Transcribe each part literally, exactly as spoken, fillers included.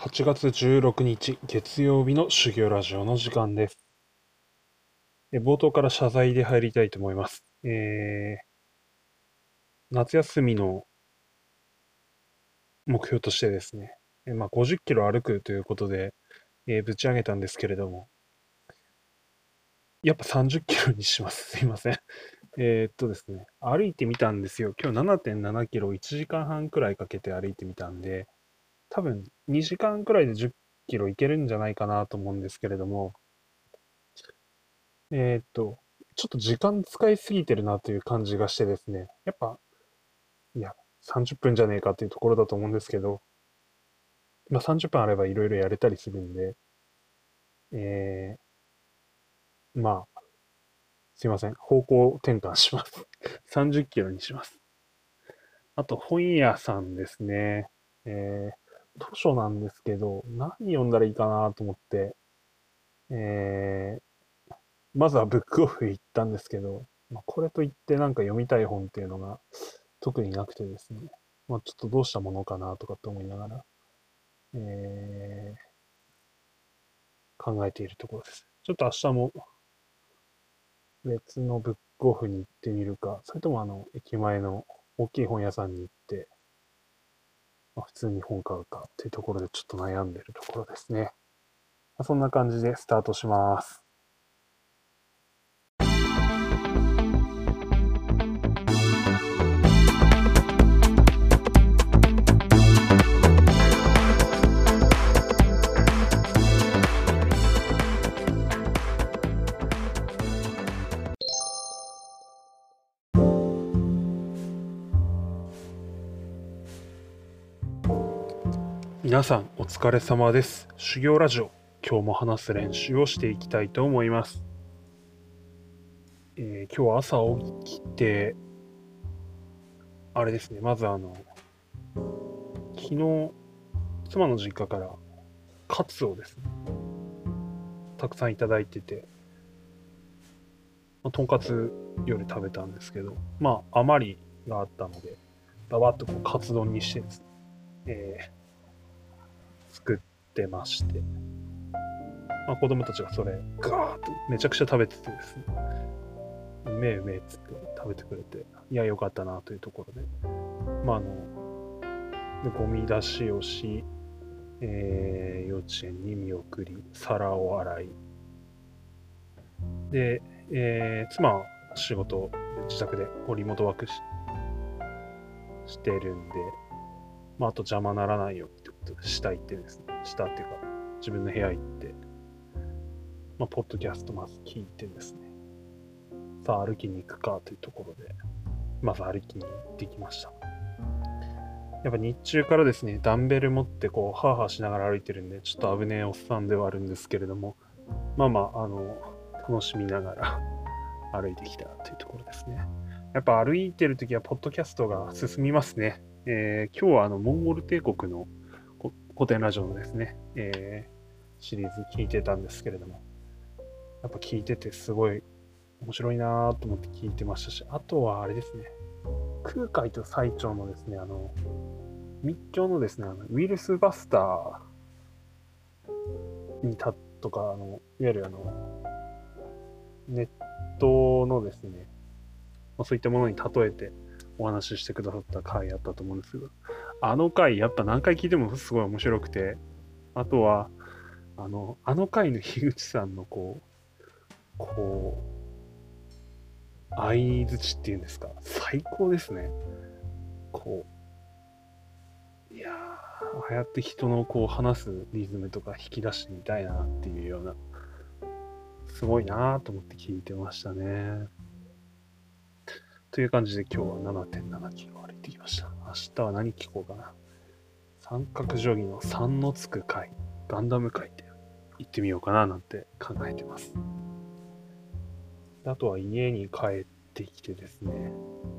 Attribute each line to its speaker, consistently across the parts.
Speaker 1: はちがつじゅうろくにち月曜日の修行ラジオの時間です。え冒頭から謝罪で入りたいと思います。えー、夏休みの目標としてですね、えまあ、ごじゅっキロ歩くということで、えーぶち上げたんですけれども、やっぱさんじゅっキロにします。すいません。えーっとですね、歩いてみたんですよ。今日ななてんななキロいちじかんはんくらいかけて歩いてみたんで、多分にじかんくらいでじゅっキロいけるんじゃないかなと思うんですけれども、えーっと、ちょっと時間使いすぎてるなという感じがしてですね。やっぱ、いや、さんじゅっぷんじゃねえかっていうところだと思うんですけど、まあさんじゅっぷんあればいろいろやれたりするんで、えー、まあ、すいません。方向転換します。さんじゅっキロにします。あと、本屋さんですね。えー、図書なんですけど、何読んだらいいかなと思って、えー、まずはブックオフ行ったんですけど、まあ、これといってなんか読みたい本っていうのが特になくてですね、まあ、ちょっとどうしたものかなとかって思いながら、えー、考えているところです。ちょっと明日も別のブックオフに行ってみるか、それともあの、駅前の大きい本屋さんに行って、まあ、普通に本買うかっていうところでちょっと悩んでるところですね。まあ、そんな感じでスタートします。皆さんお疲れ様です。修行ラジオ、今日も話す練習をしていきたいと思います。えー今日は朝起きて、あれですね、まずあの、昨日、妻の実家からカツをですね、たくさんいただいてて、まあ、とんかつ夜食べたんですけど、まあ、余りがあったので、ババッとこうカツ丼にしてですね、えー作ってまして、まあ、子供たちがそれ、ガーッとめちゃくちゃ食べててですね、うめえうめえっつって食べてくれて、いや、よかったなというところで、まあ、あの、でゴミ出しをし、えー幼稚園に見送り、皿を洗い、で、えー妻は仕事、自宅でこうリモートワークししてるんで、まあ、あと邪魔ならないよってことで、下行ってですね、下っていうか、自分の部屋行って、まあ、ポッドキャストまず聞いてですね、さあ歩きに行くかというところで、まず歩きに行ってきました。やっぱ日中からですね、ダンベル持ってこう、ハーハーしながら歩いてるんで、ちょっと危ねえおっさんではあるんですけれども、まあまあ、あの、楽しみながら歩いてきたというところですね。やっぱ歩いてるときは、ポッドキャストが進みますね。えー今日はあの、モンゴル帝国の古典ラジオのですね、えーシリーズ聞いてたんですけれども、やっぱ聞いててすごい面白いなと思って聞いてましたし、あとはあれですね、空海と最澄のですね、あの、密教のですね、あのウイルスバスターにたとか、あの、いわゆるあの、ネットのですね、まあ、そういったものに例えてお話ししてくださった回あったと思うんですけど、あの回、やっぱ何回聞いてもすごい面白くて、あとは、あの、あの回の樋口さんのこう、こう、相づちっていうんですか、最高ですね。こう、いやー、ああやって人のこう話すリズムとか引き出してみたいなっていうような、すごいなーと思って聞いてましたね。という感じで今日はななてんななキロ歩いてきました。明日は何聞こうかな。三角定規のさんのつく回、ガンダム回って行ってみようかななんて考えてます。あとは家に帰ってきてですね、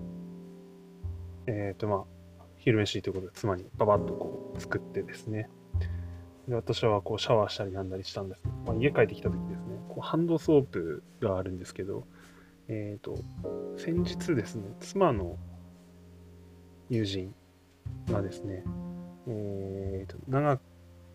Speaker 1: えっ、ー、とまあ、昼飯ということで妻にババッとこう作ってですね、で私はこうシャワーしたりなんだりしたんですけど、まあ、家帰ってきた時ですね、こうハンドソープがあるんですけど、えっ、ー、と、先日ですね、妻の友人がですね、えーと、長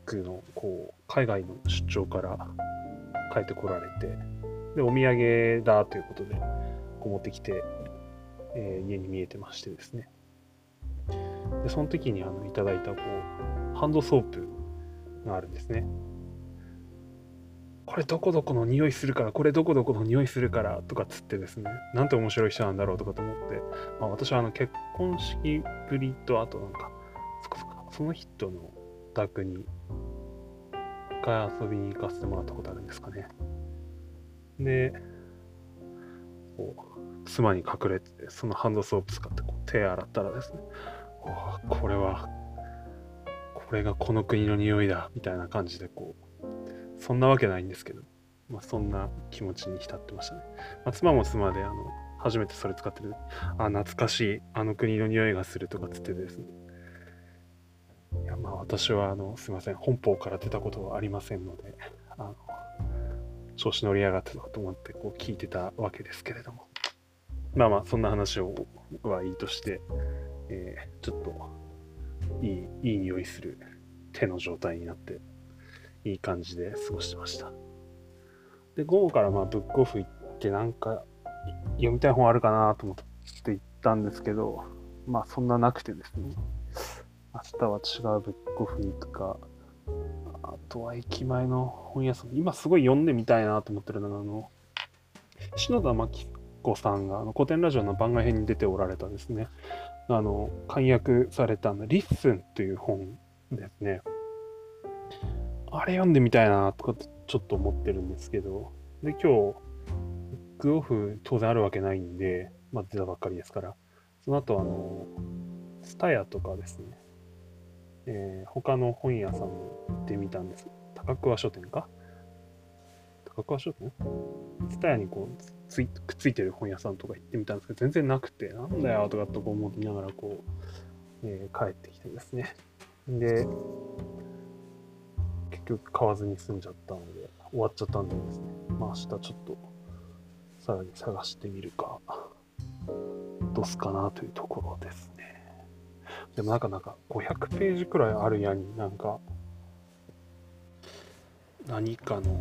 Speaker 1: クのこう海外の出張から帰ってこられて、でお土産だということでこう持ってきて、えー、家に見えてましてですね。でその時にあのいただいたこうハンドソープがあるんですね。これどこどこの匂いするから、これどこどこの匂いするからとかっつってですね、なんて面白い人なんだろうとかと思って、まあ、私はあの結婚式ぶりと、あとなんかそこそこその人のお宅に一回遊びに行かせてもらったことあるんですかね。で、こう妻に隠れてそのハンドソープ使ってこう手洗ったらですね、これはこれがこの国の匂いだみたいな感じで、こうそんなわけないんですけど、まあ、そんな気持ちに浸ってましたね。まあ、妻も妻であの初めてそれ使ってる、あ、懐かしいあの国の匂いがするとかつってですね。いやまあ私はあのすいません、本邦から出たことはありませんので、あの調子乗りやがってたと思ってこう聞いてたわけですけれども、まあまあそんな話をはいいとして、えー、ちょっといいいい匂いする手の状態になっていい感じで過ごしてました。で午後からまあブックオフ行ってなんか読みたい本あるかなと思って行ったんですけど、まあそんななくてですね、明日は違うブックオフに行くか、あとは駅前の本屋さん、今すごい読んでみたいなと思ってるのが、あの篠田真希子さんがあの古典ラジオの番外編に出ておられたですね、あの簡約されたのリッスンという本ですね。あれ読んでみたいなとかちょっと思ってるんですけど、で今日ブックオフ当然あるわけないんで、まあ、出たばっかりですから、その後あのツタヤとかですね、えー、他の本屋さんに行ってみたんです。高桑書店か高桑書店ツタヤにこうついくっついてる本屋さんとか行ってみたんですけど、全然なくて、なんだよとかと思いながらこう、えー、帰ってきてですね。で、結局買わずに済んじゃったので、終わっちゃったんでですね、まあ明日ちょっとさらに探してみるか、どうすかなというところですね。でもなんかなんかごひゃくページくらいあるやに、なんか何かのネ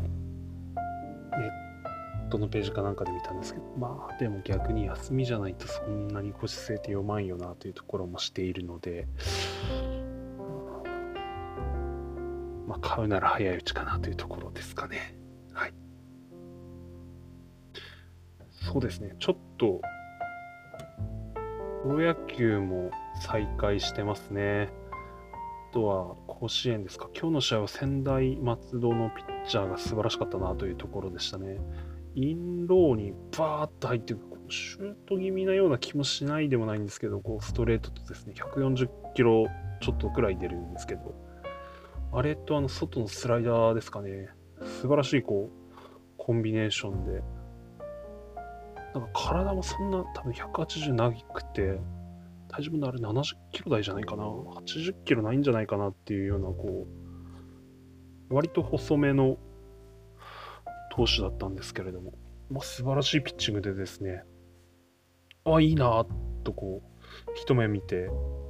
Speaker 1: ットのページかなんかで見たんですけど、まあでも逆に休みじゃないとそんなに腰据えて読まんよなというところもしているので、まあ買うなら早いうちかなというところですかね。はい。そうですね、ちょっとプロ野球も再開してますね。あとは甲子園ですか。今日の試合は専大松戸のピッチャーが素晴らしかったなというところでしたね。インローにバーッと入っていく、シュート気味なような気もしないでもないんですけど、こうストレートとですね、ひゃくよんじゅっキロちょっとくらい出るんですけど、あれとあの外のスライダーですかね。素晴らしいこうコンビネーションで、なんか体もそんな多分ひゃくはちじゅうなくて、体重もあれななじゅっキロ台じゃないかな、はちじゅっキロないんじゃないかなっていうような、こう、割と細めの投手だったんですけれども、まあ、素晴らしいピッチングでですね、あ、いいなぁとこう、一目見て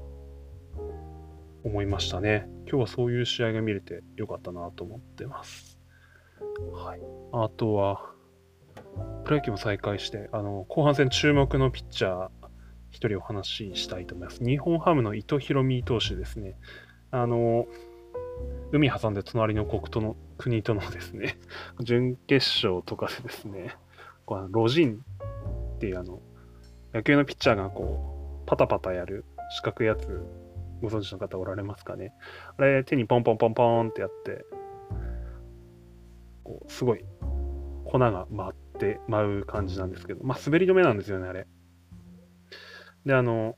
Speaker 1: 思いましたね。今日はそういう試合が見れてよかったなと思ってます。はい。あとは、プロ野球も再開して、あの、後半戦注目のピッチャー、一人お話ししたいと思います。日本ハムの伊藤大海投手ですね。あの、海挟んで隣の国との国とのですね、準決勝とかでですね、こうロジンっていうあの、野球のピッチャーがこう、パタパタやる四角いやつ、ご存知の方おられますかね。あれ、手にポンポンポンポンってやって、こうすごい粉が舞って舞う感じなんですけど、まあ滑り止めなんですよね、あれ。で、あの、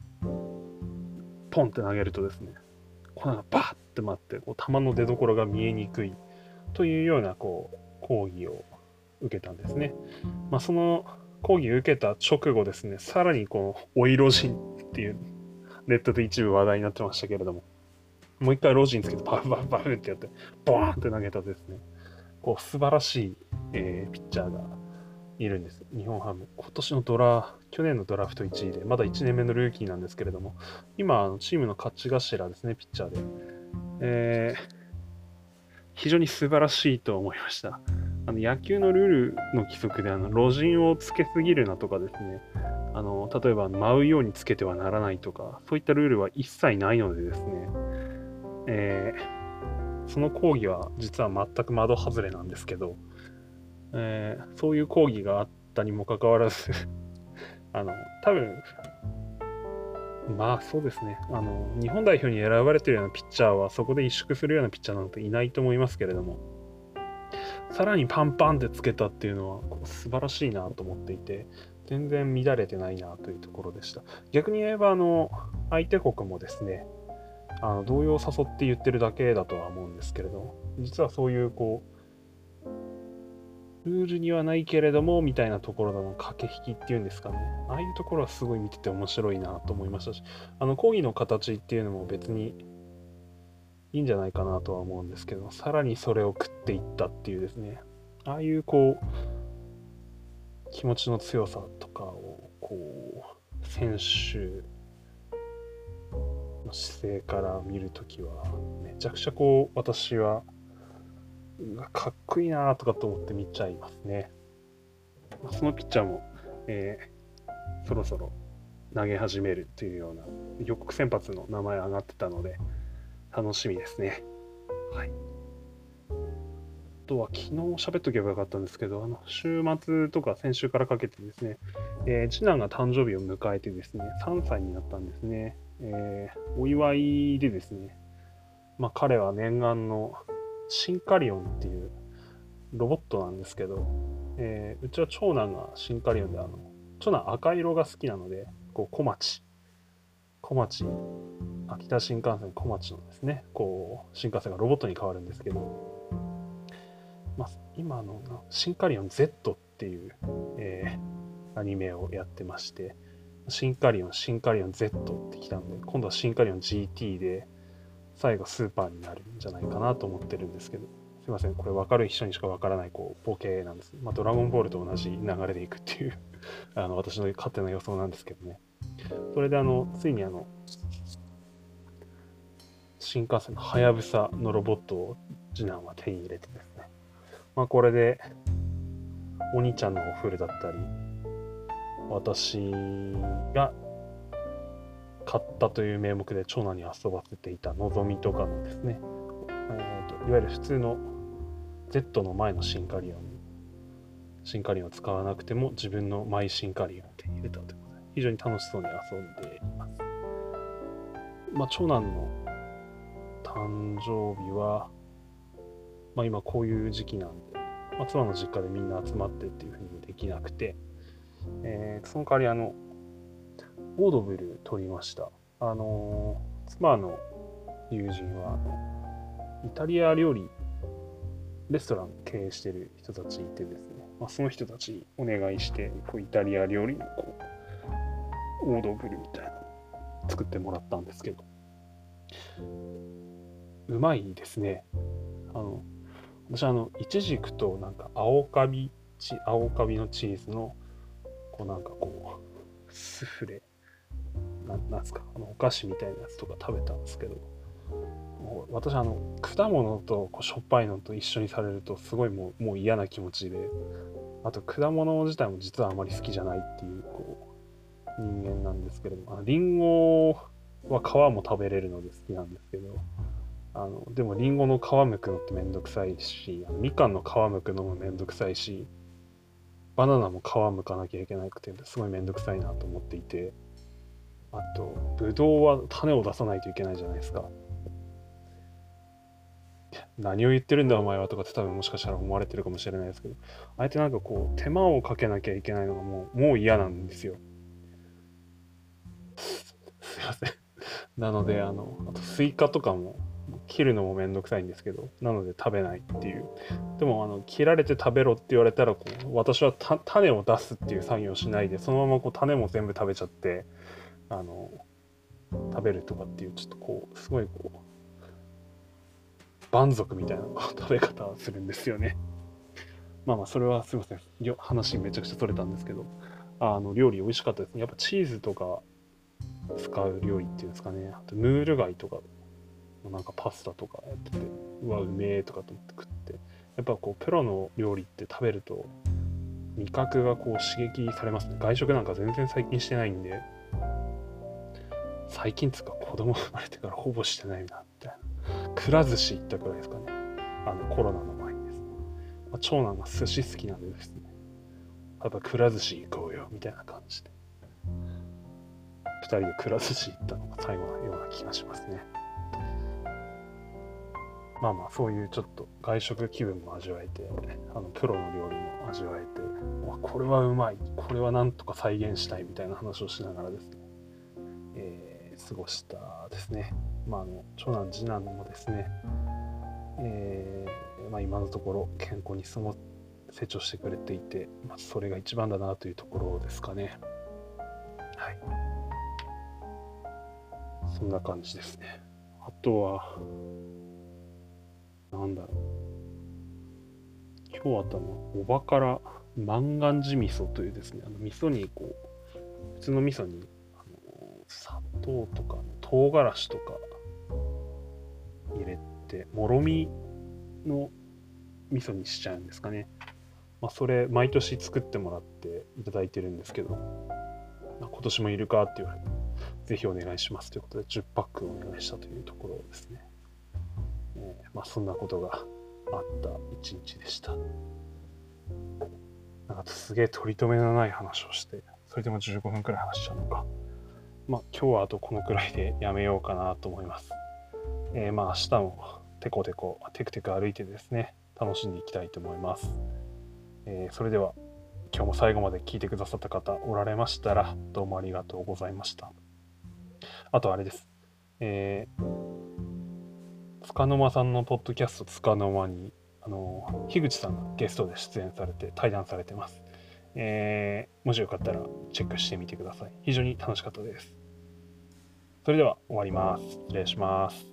Speaker 1: ポンって投げるとですね、粉がバーって舞って、こう球の出所が見えにくいというようなこう講義を受けたんですね。まあ、その講義を受けた直後ですね、さらにこのオイロジンっていうネットで一部話題になってましたけれども、もう一回ロジンつけてパフパフパフってやって、ボーンって投げたですね、こう素晴らしい、えー、ピッチャーがいるんです。日本ハム。今年のドラ、去年のドラフトいちいで、まだいちねんめのルーキーなんですけれども、今、チームの勝ち頭ですね、ピッチャーで。え非常に素晴らしいと思いました。あの野球のルールの規則であの路陣をつけすぎるなとかですね、あの例えば舞うようにつけてはならないとか、そういったルールは一切ないのでですね、えー、その講義は実は全く窓外れなんですけど、えー、そういう講義があったにもかかわらずあの多分まあそうですね、あの日本代表に選ばれているようなピッチャーはそこで萎縮するようなピッチャーなんていないと思いますけれども、さらにパンパンってつけたっていうのはこう素晴らしいなと思っていて、全然乱れてないなというところでした。逆に言えばあの相手国もですね、あの動揺を誘って言ってるだけだとは思うんですけれど、実はそういうこうルールにはないけれどもみたいなところの駆け引きっていうんですかね、ああいうところはすごい見てて面白いなと思いましたし、あの講義の形っていうのも別にいいんじゃないかなとは思うんですけど、さらにそれを食っていったっていうですね、ああいうこう気持ちの強さとかをこう選手の姿勢から見るときはめちゃくちゃこう私はかっこいいなとかと思って見ちゃいますね。そのピッチャーも、えー、そろそろ投げ始めるというような予告先発の名前上がってたので楽しみですね。はい。あとは昨日喋っとけばよかったんですけど、あの週末とか先週からかけてですね、えー、次男が誕生日を迎えてですね、さんさいになったんですね。えー、お祝いでですね、まあ彼は念願のシンカリオンっていうロボットなんですけど、えー、うちは長男がシンカリオンで、あの長男赤色が好きなので、こう小町、小町、秋田新幹線小町のですね、こう新幹線がロボットに変わるんですけど、まあ、今のシンカリオン Z っていう、えー、アニメをやってまして、シンカリオン、シンカリオン Z ってきたので、今度はシンカリオン ジーティー で、最後スーパーになるんじゃないかなと思ってるんですけど、すいません、これ分かる人にしか分からないこうボケなんです。まあ、ドラゴンボールと同じ流れでいくっていうあの私の勝手な予想なんですけどね。それであの、ついにあの、新幹線のはやぶさのロボットを次男は手に入れてですね。まあこれで、お兄ちゃんのお風呂だったり、私が買ったという名目で長男に遊ばせていたのぞみとかのですね、えーと、いわゆる普通の Z の前のシンカリオン、シンカリオンを使わなくても自分のマイシンカリオンを手に入れたということで、非常に楽しそうに遊んでいます。まあ長男の誕生日は、まあ今こういう時期なんで、まあ、妻の実家でみんな集まってっていうふうにできなくて、えー、その代わりあの、オードブル取りました。あのー、妻の友人は、イタリア料理、レストラン経営してる人たちいてですね、まあ、その人たちにお願いして、こうイタリア料理のこう、オードブルみたいなの作ってもらったんですけど、うまいですね。あの、私あの、イチジクとなんか青カビ、青カビのチーズの、こうなんかこう、スフレ、ななんですか、あのお菓子みたいなやつとか食べたんですけど、もう私あの果物とこうしょっぱいのと一緒にされるとすごいもうもう嫌な気持ちで、あと果物自体も実はあまり好きじゃないっていうこう人間なんですけれども、あのリンゴは皮も食べれるので好きなんですけど、あのでもリンゴの皮剥くのってめんどくさいし、あのみかんの皮剥くのもめんどくさいし、バナナも皮剥かなきゃいけなくてすごいめんどくさいなと思っていて、あとブドウは種を出さないといけないじゃないですか。何を言ってるんだお前はとかって多分もしかしたら思われてるかもしれないですけど、あえてなんかこう手間をかけなきゃいけないのがもうもう嫌なんですよ。すいません。なのであのあとスイカとかも切るのもめんどくさいんですけど、なので食べないっていう。でもあの切られて食べろって言われたらこう私はた種を出すっていう作業をしないで、そのままこう種も全部食べちゃってあの食べるとかっていうちょっとこうすごいこう蛮族みたいな食べ方をするんですよね。まあまあそれはすいません、話めちゃくちゃ取れたんですけど、あの料理美味しかったですね。やっぱチーズとか使う料理っていうんですかね。あとムール貝とかなんかパスタとかやってて、うわうめえとかと思って食って、やっぱこうプロの料理って食べると味覚がこう刺激されますね。外食なんか全然最近してないんで、最近つか子供生まれてからほぼしてないなみたいな。くら寿司行ったくらいですかね。あのコロナの前にですね。まあ、長男が寿司好きなんでですね、やっぱくら寿司行こうよみたいな感じで、ふたりでくら寿司行ったのが最後のような気がしますね。まあまあそういうちょっと外食気分も味わえて、あのプロの料理も味わえて、わこれはうまい、これはなんとか再現したいみたいな話をしながらですね、えー過ごしたですね。まああの長男次男もですね、えーまあ、今のところ健康にその成長してくれていて、まあ、それが一番だなというところですかね。はい。そんな感じですね。あとは、なんだろう。今日あったのは、おばから万願寺味噌というですね、あの味噌にこう、普通の味噌にあの砂糖とか唐辛子とか入れて、もろみの味噌にしちゃうんですかね。まあ、それ、毎年作ってもらっていただいてるんですけど、まあ、今年もいるかって言われて、ぜひお願いしますということで、じゅっパックお願いしたというところですね。えー、まあ、そんなことがあった一日でした。なんかすげえ取り留めのない話をして、それでもじゅうごふんくらい話しちゃうのか。まあ、今日はあとこのくらいでやめようかなと思います。えー、まあ、明日もテコテコ、テクテク歩いてですね、楽しんでいきたいと思います。えー、それでは、今日も最後まで聞いてくださった方おられましたら、どうもありがとうございました。あとあれです。えー、つかの間さんのポッドキャストつかの間に、あの、樋口さんがゲストで出演されて、対談されてます。えー、もしよかったらチェックしてみてください。非常に楽しかったです。それでは終わります。失礼します。